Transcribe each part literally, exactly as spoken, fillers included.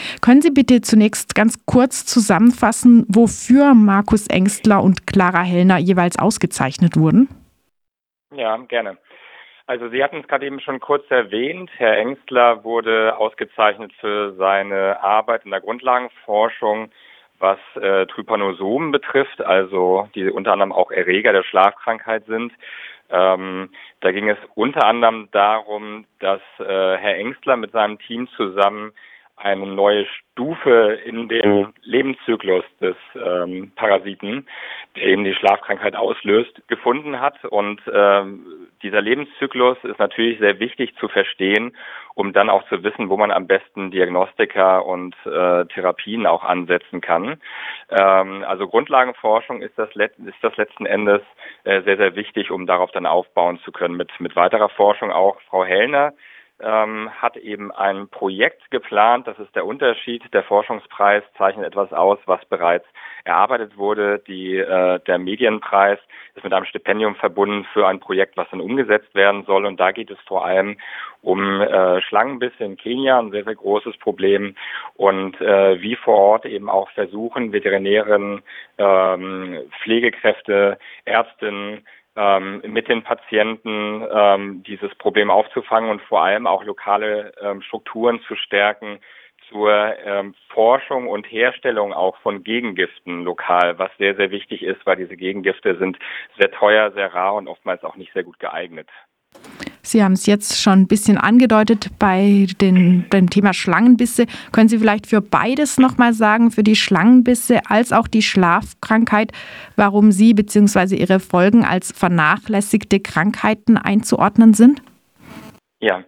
Können Sie bitte zunächst ganz kurz zusammenfassen, wofür Markus Engstler und Clara Hellner jeweils ausgezeichnet wurden? Ja, gerne. Also Sie hatten es gerade eben schon kurz erwähnt. Herr Engstler wurde ausgezeichnet für seine Arbeit in der Grundlagenforschung, was äh, Trypanosomen betrifft, also die unter anderem auch Erreger der Schlafkrankheit sind. Ähm, da ging es unter anderem darum, dass äh, Herr Engstler mit seinem Team zusammen eine neue Stufe in den Lebenszyklus des ähm, Parasiten, der eben die Schlafkrankheit auslöst, gefunden hat. Und ähm, dieser Lebenszyklus ist natürlich sehr wichtig zu verstehen, um dann auch zu wissen, wo man am besten Diagnostika und äh, Therapien auch ansetzen kann. Ähm, also Grundlagenforschung ist das, let- ist das letzten Endes äh, sehr, sehr wichtig, um darauf dann aufbauen zu können. Mit, mit weiterer Forschung auch Frau Hellner ähm, hat eben ein Projekt geplant. Das ist der Unterschied. Der Forschungspreis zeichnet etwas aus, was bereits erarbeitet wurde. Die, äh, der Medienpreis ist mit einem Stipendium verbunden für ein Projekt, was dann umgesetzt werden soll. Und da geht es vor allem um äh, Schlangenbisse in Kenia, ein sehr, sehr großes Problem. Und äh, wie vor Ort eben auch versuchen, Veterinären, ähm, Pflegekräfte, Ärztinnen, mit den Patienten ähm, dieses Problem aufzufangen und vor allem auch lokale ähm, Strukturen zu stärken zur ähm, Forschung und Herstellung auch von Gegengiften lokal, was sehr, sehr wichtig ist, weil diese Gegengifte sind sehr teuer, sehr rar und oftmals auch nicht sehr gut geeignet. Sie haben es jetzt schon ein bisschen angedeutet bei den, beim Thema Schlangenbisse. Können Sie vielleicht für beides nochmal sagen, für die Schlangenbisse als auch die Schlafkrankheit, warum sie bzw. ihre Folgen als vernachlässigte Krankheiten einzuordnen sind? Ja,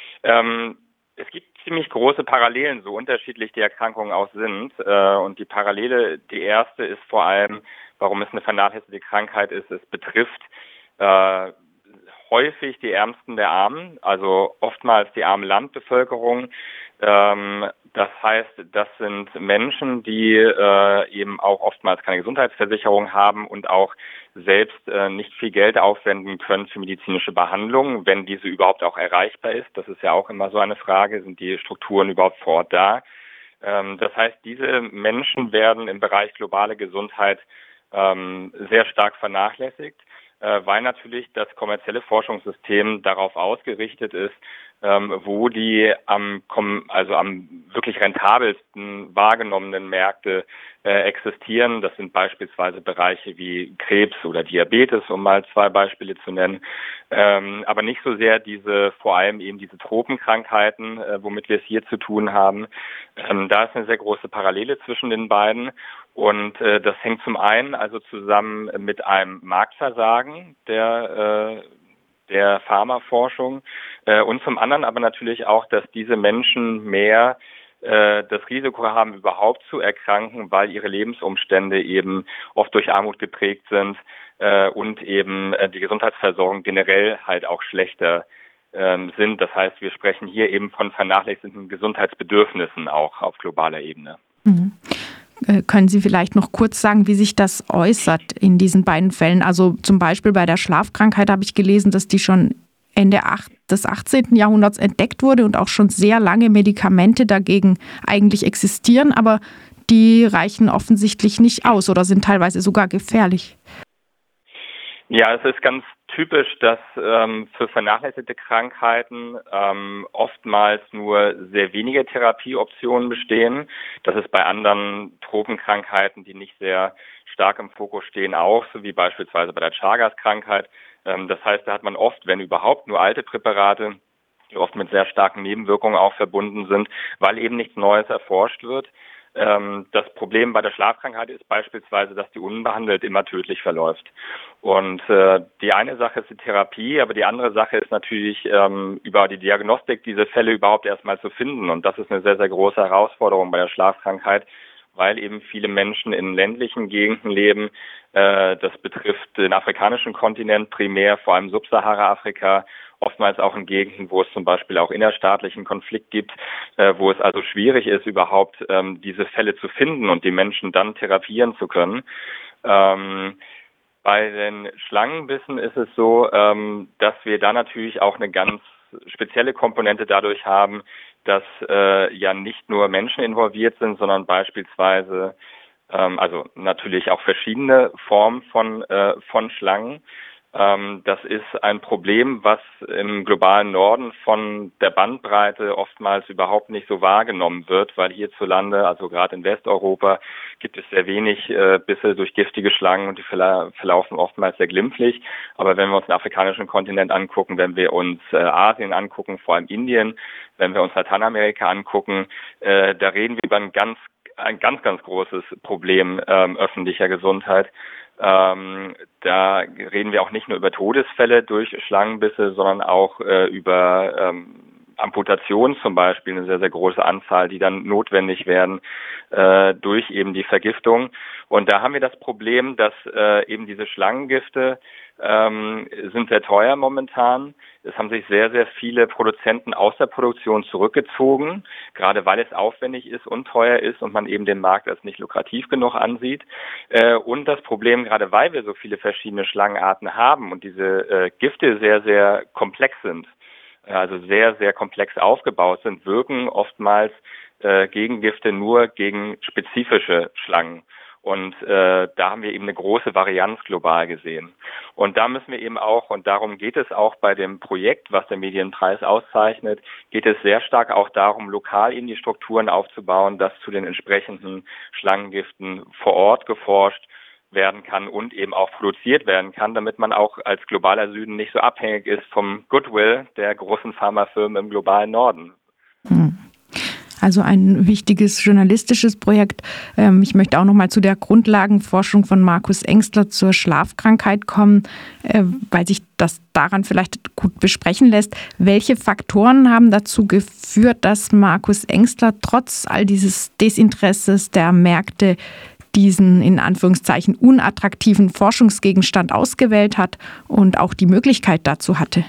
ähm, es gibt ziemlich große Parallelen, so unterschiedlich die Erkrankungen auch sind. Äh, und die Parallele, die erste ist vor allem, warum es eine vernachlässigte Krankheit ist, es betrifft äh, häufig die Ärmsten der Armen, also oftmals die arme Landbevölkerung. Ähm, das heißt, das sind Menschen, die äh, eben auch oftmals keine Gesundheitsversicherung haben und auch selbst äh, nicht viel Geld aufwenden können für medizinische Behandlungen, wenn diese überhaupt auch erreichbar ist. Das ist ja auch immer so eine Frage, sind die Strukturen überhaupt vor Ort da? Ähm, das heißt, diese Menschen werden im Bereich globale Gesundheit ähm, sehr stark vernachlässigt, äh, weil natürlich das kommerzielle Forschungssystem darauf ausgerichtet ist, ähm, wo die am, also am wirklich rentabelsten wahrgenommenen Märkte äh, existieren. Das sind beispielsweise Bereiche wie Krebs oder Diabetes, um mal zwei Beispiele zu nennen. Ähm, aber nicht so sehr diese, vor allem eben diese Tropenkrankheiten, äh, womit wir es hier zu tun haben. Ähm, da ist eine sehr große Parallele zwischen den beiden. Und äh, das hängt zum einen also zusammen mit einem Marktversagen der äh, der Pharmaforschung äh, und zum anderen aber natürlich auch, dass diese Menschen mehr äh, das Risiko haben, überhaupt zu erkranken, weil ihre Lebensumstände eben oft durch Armut geprägt sind äh, und eben äh, die Gesundheitsversorgung generell halt auch schlechter ähm, sind. Das heißt, wir sprechen hier eben von vernachlässigten Gesundheitsbedürfnissen auch auf globaler Ebene. Mhm. Können Sie vielleicht noch kurz sagen, wie sich das äußert in diesen beiden Fällen? Also zum Beispiel bei der Schlafkrankheit habe ich gelesen, dass die schon Ende des achtzehnten Jahrhunderts entdeckt wurde und auch schon sehr lange Medikamente dagegen eigentlich existieren, aber die reichen offensichtlich nicht aus oder sind teilweise sogar gefährlich. Ja, es ist ganz typisch, dass ähm, für vernachlässigte Krankheiten ähm, oftmals nur sehr wenige Therapieoptionen bestehen. Das ist bei anderen Tropenkrankheiten, die nicht sehr stark im Fokus stehen, auch, so wie beispielsweise bei der Chagas-Krankheit. Ähm, das heißt, da hat man oft, wenn überhaupt, nur alte Präparate, die oft mit sehr starken Nebenwirkungen auch verbunden sind, weil eben nichts Neues erforscht wird. Das Problem bei der Schlafkrankheit ist beispielsweise, dass die unbehandelt immer tödlich verläuft. Und äh, die eine Sache ist die Therapie, aber die andere Sache ist natürlich, ähm, über die Diagnostik diese Fälle überhaupt erstmal zu finden. Und das ist eine sehr, sehr große Herausforderung bei der Schlafkrankheit, weil eben viele Menschen in ländlichen Gegenden leben. Äh, das betrifft den afrikanischen Kontinent primär, vor allem Subsahara-Afrika, oftmals auch in Gegenden, wo es zum Beispiel auch innerstaatlichen Konflikt gibt, äh, wo es also schwierig ist, überhaupt ähm, diese Fälle zu finden und die Menschen dann therapieren zu können. Ähm, bei den Schlangenbissen ist es so, ähm, dass wir da natürlich auch eine ganz spezielle Komponente dadurch haben, dass äh, ja nicht nur Menschen involviert sind, sondern beispielsweise ähm, also natürlich auch verschiedene Formen von äh, von Schlangen. Ähm, das ist ein Problem, was im globalen Norden von der Bandbreite oftmals überhaupt nicht so wahrgenommen wird, weil hierzulande, also gerade in Westeuropa, gibt es sehr wenig äh, Bisse durch giftige Schlangen und die verla- verlaufen oftmals sehr glimpflich. Aber wenn wir uns den afrikanischen Kontinent angucken, wenn wir uns äh, Asien angucken, vor allem Indien, wenn wir uns Lateinamerika angucken, äh, da reden wir über ein ganz ein ganz, ganz großes Problem ähm, öffentlicher Gesundheit. Ähm, da reden wir auch nicht nur über Todesfälle durch Schlangenbisse, sondern auch äh, über ähm, Amputationen zum Beispiel, eine sehr, sehr große Anzahl, die dann notwendig werden äh, durch eben die Vergiftung. Und da haben wir das Problem, dass äh, eben diese Schlangengifte ähm, sind sehr teuer momentan. Es haben sich sehr, sehr viele Produzenten aus der Produktion zurückgezogen, gerade weil es aufwendig ist und teuer ist und man eben den Markt als nicht lukrativ genug ansieht. Äh, und das Problem, gerade weil wir so viele verschiedene Schlangenarten haben und diese äh, Gifte sehr, sehr komplex sind, also sehr, sehr komplex aufgebaut sind, wirken oftmals äh, Gegengifte nur gegen spezifische Schlangen. Und äh, da haben wir eben eine große Varianz global gesehen. Und da müssen wir eben auch, und darum geht es auch bei dem Projekt, was der Medienpreis auszeichnet, geht es sehr stark auch darum, lokal eben die Strukturen aufzubauen, dass zu den entsprechenden Schlangengiften vor Ort geforscht werden kann und eben auch produziert werden kann, damit man auch als globaler Süden nicht so abhängig ist vom Goodwill der großen Pharmafirmen im globalen Norden. Also ein wichtiges journalistisches Projekt. Ich möchte auch noch mal zu der Grundlagenforschung von Markus Engstler zur Schlafkrankheit kommen, weil sich das daran vielleicht gut besprechen lässt. Welche Faktoren haben dazu geführt, dass Markus Engstler trotz all dieses Desinteresses der Märkte diesen in Anführungszeichen unattraktiven Forschungsgegenstand ausgewählt hat und auch die Möglichkeit dazu hatte?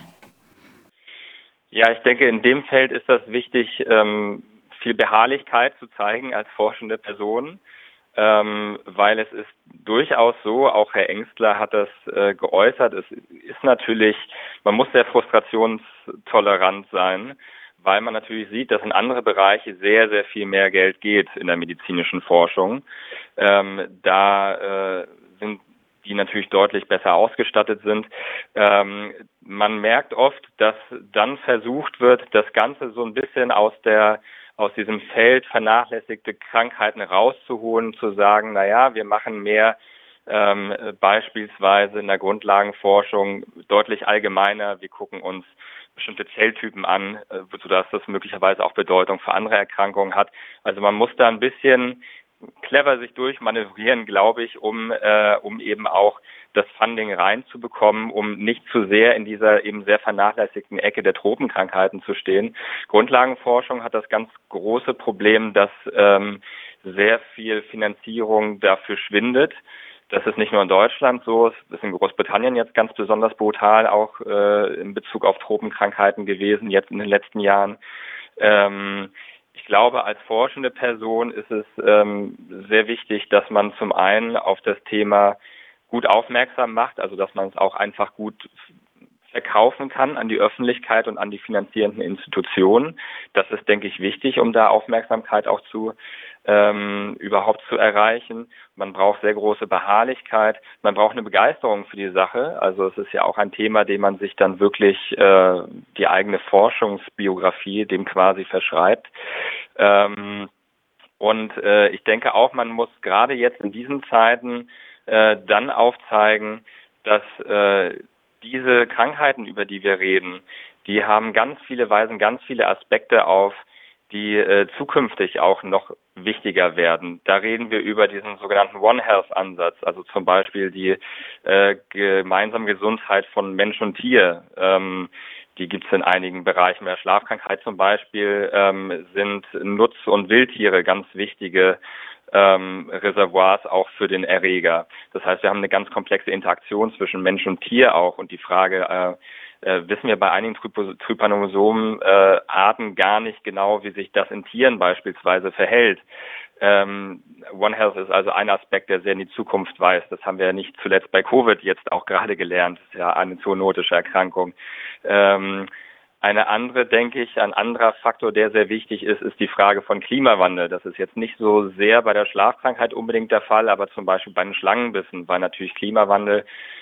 Ja, ich denke, in dem Feld ist das wichtig, ähm, viel Beharrlichkeit zu zeigen als forschende Person, ähm, weil es ist durchaus so, auch Herr Engstler hat das äh, geäußert, es ist natürlich, man muss sehr frustrationstolerant sein, weil man natürlich sieht, dass in andere Bereiche sehr, sehr viel mehr Geld geht in der medizinischen Forschung. Ähm, da äh, sind die natürlich deutlich besser ausgestattet sind. Ähm, man merkt oft, dass dann versucht wird, das Ganze so ein bisschen aus der aus diesem Feld vernachlässigte Krankheiten rauszuholen, zu sagen, na ja, wir machen mehr ähm, beispielsweise in der Grundlagenforschung deutlich allgemeiner. Wir gucken uns bestimmte Zelltypen an, äh, sodass das möglicherweise auch Bedeutung für andere Erkrankungen hat. Also man muss da ein bisschen clever sich durchmanövrieren, glaube ich, um äh, um eben auch das Funding reinzubekommen, um nicht zu sehr in dieser eben sehr vernachlässigten Ecke der Tropenkrankheiten zu stehen. Grundlagenforschung hat das ganz große Problem, dass ähm, sehr viel Finanzierung dafür schwindet. Das ist nicht nur in Deutschland so, es ist in Großbritannien jetzt ganz besonders brutal auch äh, in Bezug auf Tropenkrankheiten gewesen, jetzt in den letzten Jahren. Ähm, ich glaube, als forschende Person ist es ähm, sehr wichtig, dass man zum einen auf das Thema gut aufmerksam macht, also dass man es auch einfach gut verkaufen kann an die Öffentlichkeit und an die finanzierenden Institutionen. Das ist, denke ich, wichtig, um da Aufmerksamkeit auch zu ähm, überhaupt zu erreichen. Man braucht sehr große Beharrlichkeit. Man braucht eine Begeisterung für die Sache. Also es ist ja auch ein Thema, dem man sich dann wirklich äh, die eigene Forschungsbiografie dem quasi verschreibt. Ähm, und äh, ich denke auch, man muss gerade jetzt in diesen Zeiten äh, dann aufzeigen, dass äh, diese Krankheiten, über die wir reden, die haben ganz viele Weisen, ganz viele Aspekte auf, die äh, zukünftig auch noch wichtiger werden. Da reden wir über diesen sogenannten One Health Ansatz, also zum Beispiel die äh, gemeinsame Gesundheit von Mensch und Tier. Ähm, die gibt es in einigen Bereichen. Bei der Schlafkrankheit zum Beispiel ähm, sind Nutz- und Wildtiere ganz wichtige ähm, Reservoirs auch für den Erreger. Das heißt, wir haben eine ganz komplexe Interaktion zwischen Mensch und Tier auch und die Frage, äh, äh, wissen wir bei einigen Trypanosomen-Arten äh, gar nicht genau, wie sich das in Tieren beispielsweise verhält. Ähm, One Health ist also ein Aspekt, der sehr in die Zukunft weist. Das haben wir ja nicht zuletzt bei Covid jetzt auch gerade gelernt. Das ist ja eine zoonotische Erkrankung. Ähm, Eine andere, denke ich, ein anderer Faktor, der sehr wichtig ist, ist die Frage von Klimawandel. Das ist jetzt nicht so sehr bei der Schlafkrankheit unbedingt der Fall, aber zum Beispiel bei den Schlangenbissen, weil natürlich Klimawandel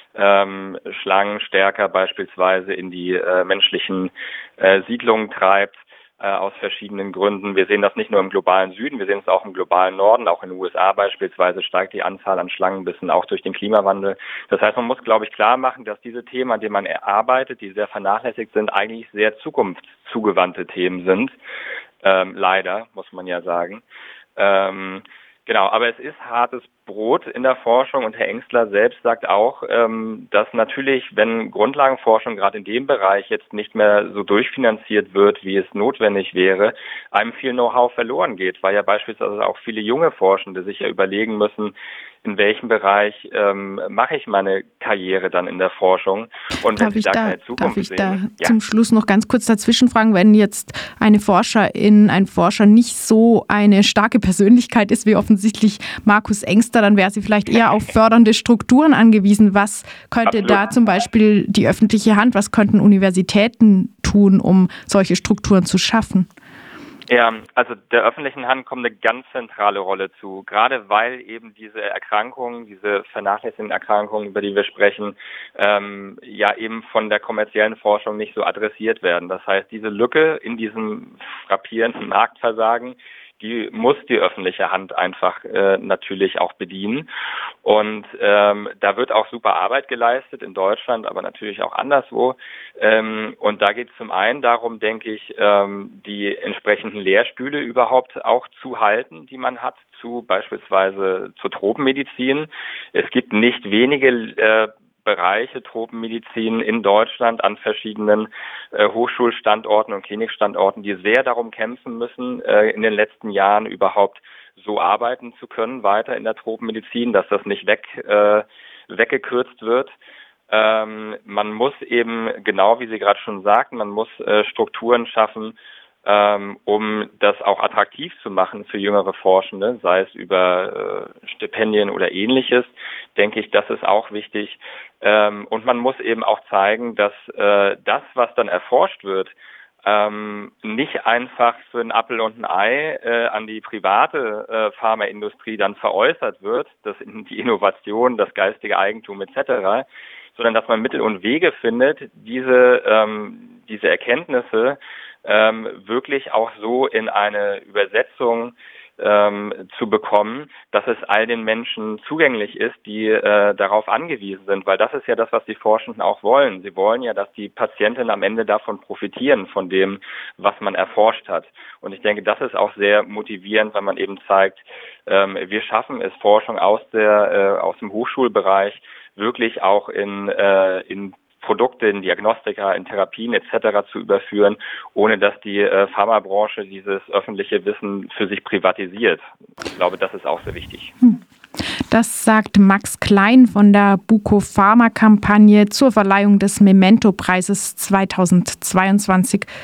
ähm, Schlangen stärker beispielsweise in die äh, menschlichen äh, Siedlungen treibt, äh, aus verschiedenen Gründen. Wir sehen das nicht nur im globalen Süden, wir sehen es auch im globalen Norden, auch in den U S A beispielsweise steigt die Anzahl an Schlangenbissen auch durch den Klimawandel. Das heißt, man muss, glaube ich, klar machen, dass diese Themen, an denen man arbeitet, die sehr vernachlässigt sind, eigentlich sehr zukunftszugewandte Themen sind. Ähm, leider, muss man ja sagen. Ähm, Genau, aber es ist hartes Brot in der Forschung und Herr Engstler selbst sagt auch, ähm, dass natürlich, wenn Grundlagenforschung gerade in dem Bereich jetzt nicht mehr so durchfinanziert wird, wie es notwendig wäre, einem viel Know-how verloren geht, weil ja beispielsweise auch viele junge Forschende sich ja überlegen müssen, in welchem Bereich ähm, mache ich meine Karriere dann in der Forschung und wenn Darf sie ich da da, keine Zukunft darf ich sehen. da Ja. zum Schluss noch ganz kurz dazwischen fragen, wenn jetzt eine Forscherin, ein Forscher nicht so eine starke Persönlichkeit ist wie offensichtlich Markus Engster, dann wäre sie vielleicht eher auf fördernde Strukturen angewiesen. Was könnte Absolut. da zum Beispiel die öffentliche Hand, was könnten Universitäten tun, um solche Strukturen zu schaffen? Ja, also der öffentlichen Hand kommt eine ganz zentrale Rolle zu, gerade weil eben diese Erkrankungen, diese vernachlässigten Erkrankungen, über die wir sprechen, ähm, ja eben von der kommerziellen Forschung nicht so adressiert werden. Das heißt, diese Lücke in diesem frappierenden Marktversagen, die muss die öffentliche Hand einfach äh, natürlich auch bedienen. Und ähm, da wird auch super Arbeit geleistet in Deutschland, aber natürlich auch anderswo. Ähm, und da geht es zum einen darum, denke ich, ähm, die entsprechenden Lehrstühle überhaupt auch zu halten, die man hat, zu beispielsweise zur Tropenmedizin. Es gibt nicht wenige äh, Bereiche Tropenmedizin in Deutschland an verschiedenen äh, Hochschulstandorten und Klinikstandorten, die sehr darum kämpfen müssen, äh, in den letzten Jahren überhaupt so arbeiten zu können, weiter in der Tropenmedizin, dass das nicht weg, äh, weggekürzt wird. Ähm, man muss eben, genau wie Sie gerade schon sagten, man muss äh, Strukturen schaffen, ähm, um das auch attraktiv zu machen für jüngere Forschende, sei es über äh, Stipendien oder Ähnliches, denke ich, das ist auch wichtig. Ähm, und man muss eben auch zeigen, dass äh, das, was dann erforscht wird, ähm, nicht einfach für ein Appel und ein Ei äh, an die private äh, Pharmaindustrie dann veräußert wird, das in die Innovation, das geistige Eigentum et cetera, sondern dass man Mittel und Wege findet, diese ähm, diese Erkenntnisse ähm, wirklich auch so in eine Übersetzung ähm, zu bekommen, dass es all den Menschen zugänglich ist, die äh, darauf angewiesen sind, weil das ist ja das, was die Forschenden auch wollen. Sie wollen ja, dass die Patientinnen am Ende davon profitieren, von dem, was man erforscht hat. Und ich denke, das ist auch sehr motivierend, weil man eben zeigt, ähm, wir schaffen es, Forschung aus der äh, aus dem Hochschulbereich wirklich auch in äh, in Produkte, in Diagnostika, in Therapien et cetera zu überführen, ohne dass die äh, Pharmabranche dieses öffentliche Wissen für sich privatisiert. Ich glaube, das ist auch sehr wichtig. Das sagt Max Klein von der Buko Pharma Kampagne zur Verleihung des Memento-Preises zweitausendzweiundzwanzig